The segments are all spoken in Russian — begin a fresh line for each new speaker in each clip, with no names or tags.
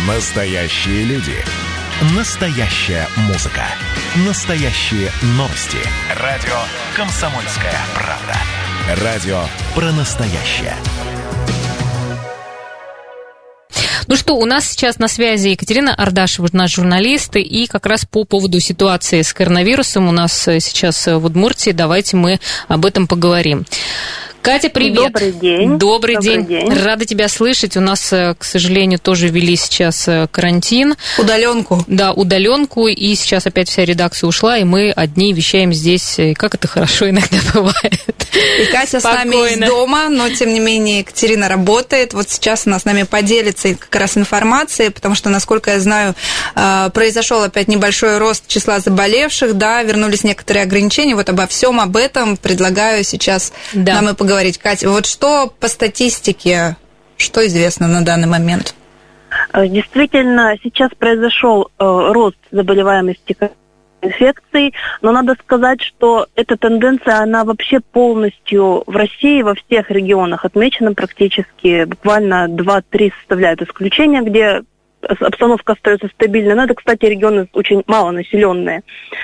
Настоящие люди. Настоящая музыка. Настоящие новости. Радио «Комсомольская правда». Радио про настоящее.
Ну что, у нас сейчас на связи Екатерина Ардашева, наш журналист, и как раз по поводу ситуации с коронавирусом у нас сейчас в Удмуртии. Давайте мы об этом поговорим. Катя, привет.
Добрый день.
Добрый день. Рада тебя слышать. У нас, к сожалению, тоже ввели сейчас карантин.
Удаленку.
Да, удаленку. И сейчас опять вся редакция ушла, и мы одни вещаем здесь. И как это хорошо иногда бывает.
И Катя
Спокойно.
с нами из дома, но, тем не менее, Екатерина работает. Вот сейчас она с нами поделится как раз информацией, потому что, насколько я знаю, произошел опять небольшой рост числа заболевших, да, вернулись некоторые ограничения. Вот обо всем об этом предлагаю сейчас нам и поговорить. Катя, вот что по статистике, что известно на данный момент?
Действительно, сейчас произошел рост заболеваемости инфекцией, но надо сказать, что эта тенденция, она вообще полностью в России, во всех регионах отмечена практически, буквально 2-3 составляют исключения, где обстановка остается стабильной. Но это, кстати, регионы очень малонаселенные.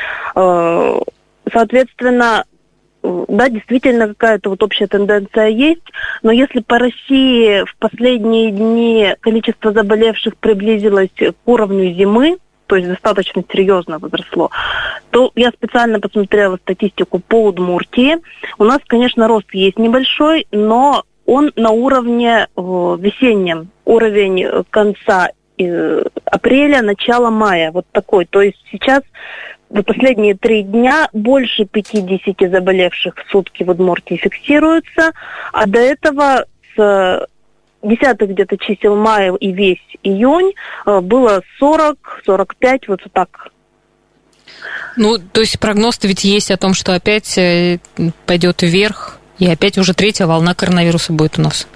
Соответственно, да, действительно, какая-то вот общая тенденция есть, но если по России в последние дни количество заболевших приблизилось к уровню зимы, то есть достаточно серьезно возросло, то я специально посмотрела статистику по Удмуртии. У нас, конечно, рост есть небольшой, но он на уровне весеннем, уровень конца апреля, начала мая, вот такой. То есть сейчас за последние 3 дня больше 50 заболевших в сутки в Удмуртии фиксируется, а до этого с 10-х где-то чисел мая и весь июнь было 40-45, вот так.
Ну, то есть прогноз-то ведь есть о том, что опять пойдет вверх, и опять уже 3-я волна коронавируса будет у нас.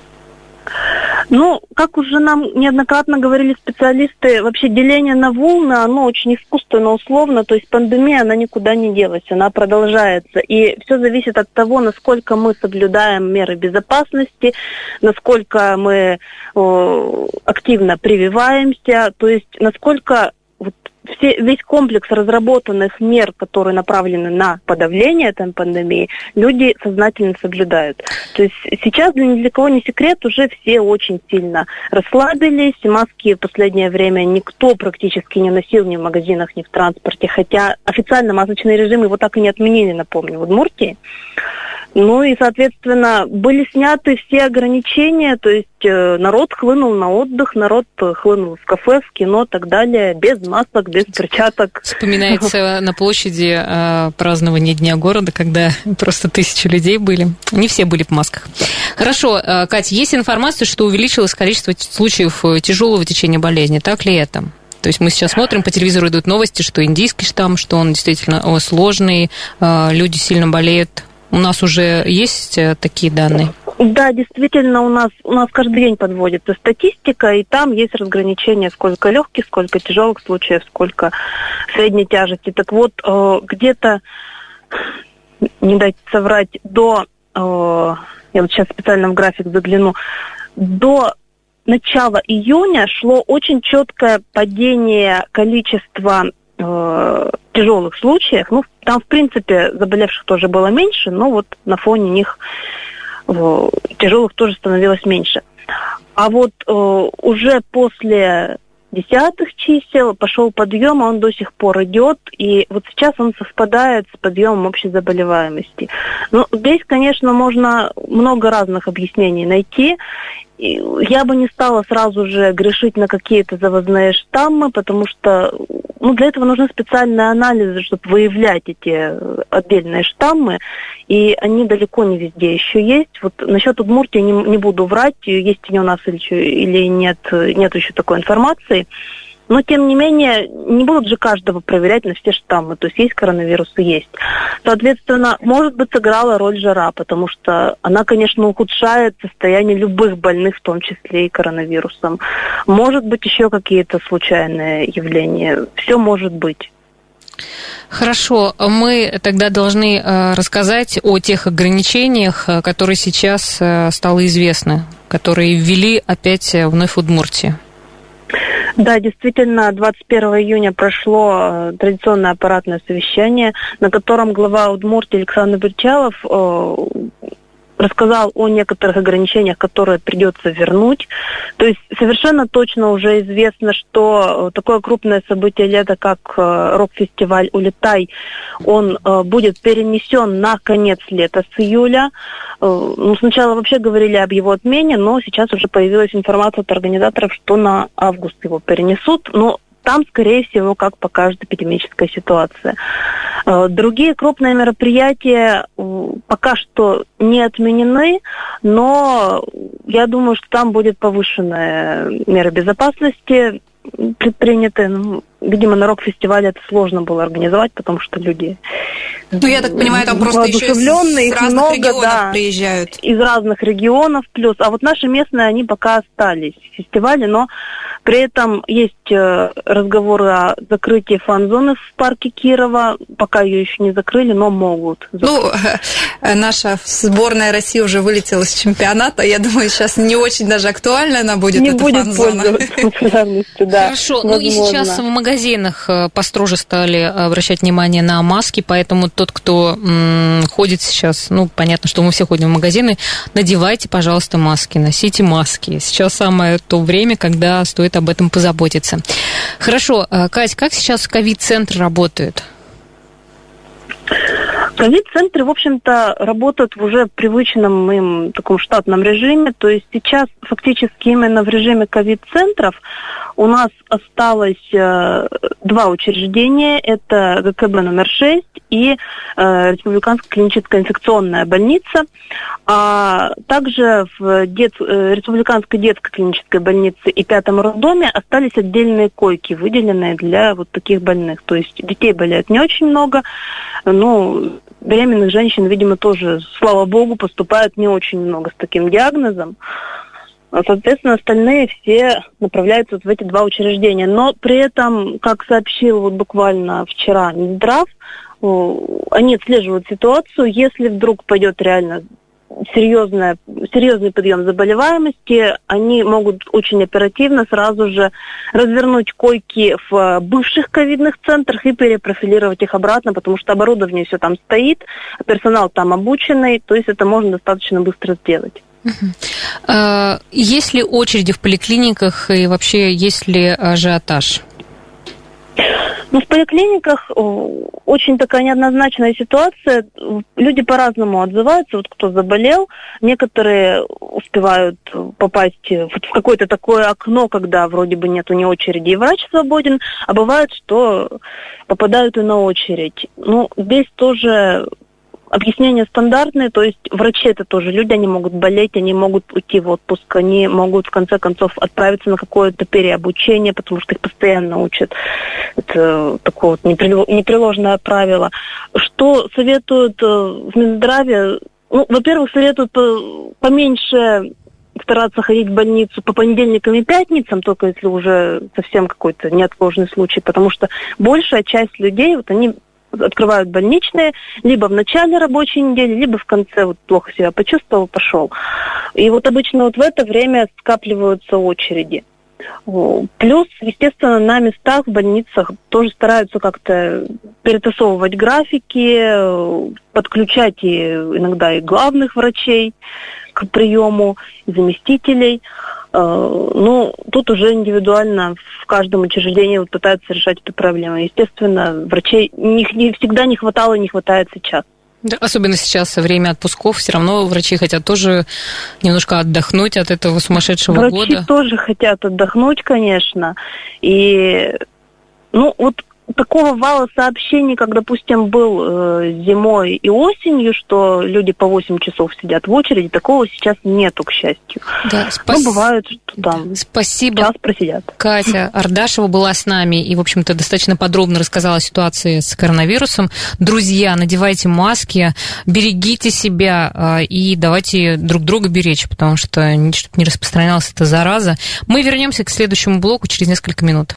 Ну, как уже нам неоднократно говорили специалисты, вообще деление на волны, оно очень искусственно, условно, то есть пандемия, она никуда не делась, она продолжается. И все зависит от того, насколько мы соблюдаем меры безопасности, насколько мы активно прививаемся, то есть насколько весь комплекс разработанных мер, которые направлены на подавление этой пандемии, люди сознательно соблюдают. То есть сейчас ни для кого не секрет, уже все очень сильно расслабились, маски в последнее время никто практически не носил ни в магазинах, ни в транспорте, хотя официально масочный режим его так и не отменили, напомню, в Удмуртии. Ну и, соответственно, были сняты все ограничения, то есть народ хлынул на отдых, народ хлынул в кафе, в кино и так далее, без масок, без перчаток.
Вспоминается на площади празднование Дня города, когда просто 1000 людей были. Не все были в масках. Хорошо, Катя, есть информация, что увеличилось количество случаев тяжелого течения болезни. Так ли это? То есть мы сейчас смотрим, по телевизору идут новости, что индийский штамм, что он действительно сложный, люди сильно болеют. У нас уже есть такие данные?
Да, действительно, у нас каждый день подводится статистика, и там есть разграничение, сколько легких, сколько тяжелых случаев, сколько средней тяжести. Так вот, где-то, не дайте соврать, я вот сейчас специально в график загляну, до начала июня шло очень четкое падение количества тяжелых случаев. Ну, там, в принципе, заболевших тоже было меньше, но вот на фоне них тяжелых тоже становилось меньше. А вот уже после 10-х чисел пошел подъем, а он до сих пор идет, и вот сейчас он совпадает с подъемом общей заболеваемости. Ну, здесь, конечно, можно много разных объяснений найти. Я бы не стала сразу же грешить на какие-то завозные штаммы, потому что для этого нужны специальные анализы, чтобы выявлять эти отдельные штаммы, и они далеко не везде еще есть. Вот насчет Удмуртии не буду врать, есть у нас или нет еще такой информации. Но, тем не менее, не будут же каждого проверять на все штаммы. То есть коронавирус и есть. Соответственно, может быть, сыграла роль жара, потому что она, конечно, ухудшает состояние любых больных, в том числе и коронавирусом. Может быть, еще какие-то случайные явления. Все может быть.
Хорошо, мы тогда должны рассказать о тех ограничениях, которые сейчас стало известно, которые ввели опять вновь в Удмуртии.
Да, действительно, 21 июня прошло традиционное аппаратное совещание, на котором глава Удмуртии Александр Бричалов рассказал о некоторых ограничениях, которые придется вернуть. То есть совершенно точно уже известно, что такое крупное событие лета, как рок-фестиваль «Улетай», он будет перенесен на конец лета с июля. Сначала вообще говорили об его отмене, но сейчас уже появилась информация от организаторов, что на август его перенесут. Но там, скорее всего, как покажет эпидемическая ситуация. Другие крупные мероприятия пока что не отменены, но я думаю, что там будет повышенная мера безопасности предприняты. Видимо, на рок-фестивале это сложно было организовать, потому что люди...
я так понимаю, там просто еще из разных регионов приезжают.
Из разных регионов плюс. А вот наши местные, они пока остались в фестивале, но при этом есть разговоры о закрытии фан-зоны в парке Кирова. Пока ее еще не закрыли, но могут.
Наша сборная России уже вылетела с чемпионата. Я думаю, сейчас не очень даже актуальна она будет, эта фан-зона.
Не будет пользоваться популярностью, да.
Хорошо, и сейчас в магазинах построже стали обращать внимание на маски, поэтому тот, кто ходит сейчас, понятно, что мы все ходим в магазины, надевайте, пожалуйста, маски, носите маски. Сейчас самое то время, когда стоит об этом позаботиться. Хорошо, Кать, как сейчас ковид-центры работают?
Ковид-центры, в общем-то, работают в уже привычном им таком штатном режиме. То есть сейчас фактически именно в режиме ковид-центров у нас осталось 2 учреждения. Это ГКБ номер 6 и Республиканская клиническая инфекционная больница. А также в Республиканской детской клинической больнице и 5-м роддоме остались отдельные койки, выделенные для вот таких больных. То есть детей болеет не очень много, беременных женщин, видимо, тоже, слава богу, поступает не очень много с таким диагнозом. Соответственно, остальные все направляются в эти 2 учреждения. Но при этом, как сообщил буквально вчера Минздрав, они отслеживают ситуацию. Если вдруг пойдет реально серьезный подъем заболеваемости, они могут очень оперативно сразу же развернуть койки в бывших ковидных центрах и перепрофилировать их обратно, потому что оборудование все там стоит, персонал там обученный, то есть это можно достаточно быстро сделать.
Есть ли очереди в поликлиниках и вообще есть ли ажиотаж?
В поликлиниках очень такая неоднозначная ситуация. Люди по-разному отзываются. Вот кто заболел, некоторые успевают попасть в какое-то такое окно, когда вроде бы нету ни очереди, и врач свободен, а бывает, что попадают и на очередь. Здесь тоже объяснения стандартные, то есть врачи это тоже люди, они могут болеть, они могут уйти в отпуск, они могут в конце концов отправиться на какое-то переобучение, потому что их постоянно учат. Это такое непреложное правило. Что советуют в Минздраве? Во-первых, советуют поменьше стараться ходить в больницу по понедельникам и пятницам, только если уже совсем какой-то неотложный случай, потому что большая часть людей, они открывают больничные либо в начале рабочей недели, либо в конце, плохо себя почувствовал, пошел. И обычно в это время скапливаются очереди. Плюс, естественно, на местах в больницах тоже стараются как-то перетасовывать графики, подключать иногда и главных врачей к приему, и заместителей. Тут уже индивидуально в каждом учреждении пытаются решать эту проблему. Естественно, врачей не всегда не хватало и не хватает сейчас.
Да, особенно сейчас, время отпусков, все равно врачи хотят тоже немножко отдохнуть от этого сумасшедшего года.
Врачи тоже хотят отдохнуть, конечно. И, такого вала сообщений, как, допустим, был зимой и осенью, что люди по 8 часов сидят в очереди, такого сейчас нету, к счастью.
Да,
бывает, что там
спасибо.
Час просидят.
Катя Ардашева была с нами и, в общем-то, достаточно подробно рассказала о ситуации с коронавирусом. Друзья, надевайте маски, берегите себя и давайте друг друга беречь, потому что чтобы не распространялась эта зараза. Мы вернемся к следующему блоку через несколько минут.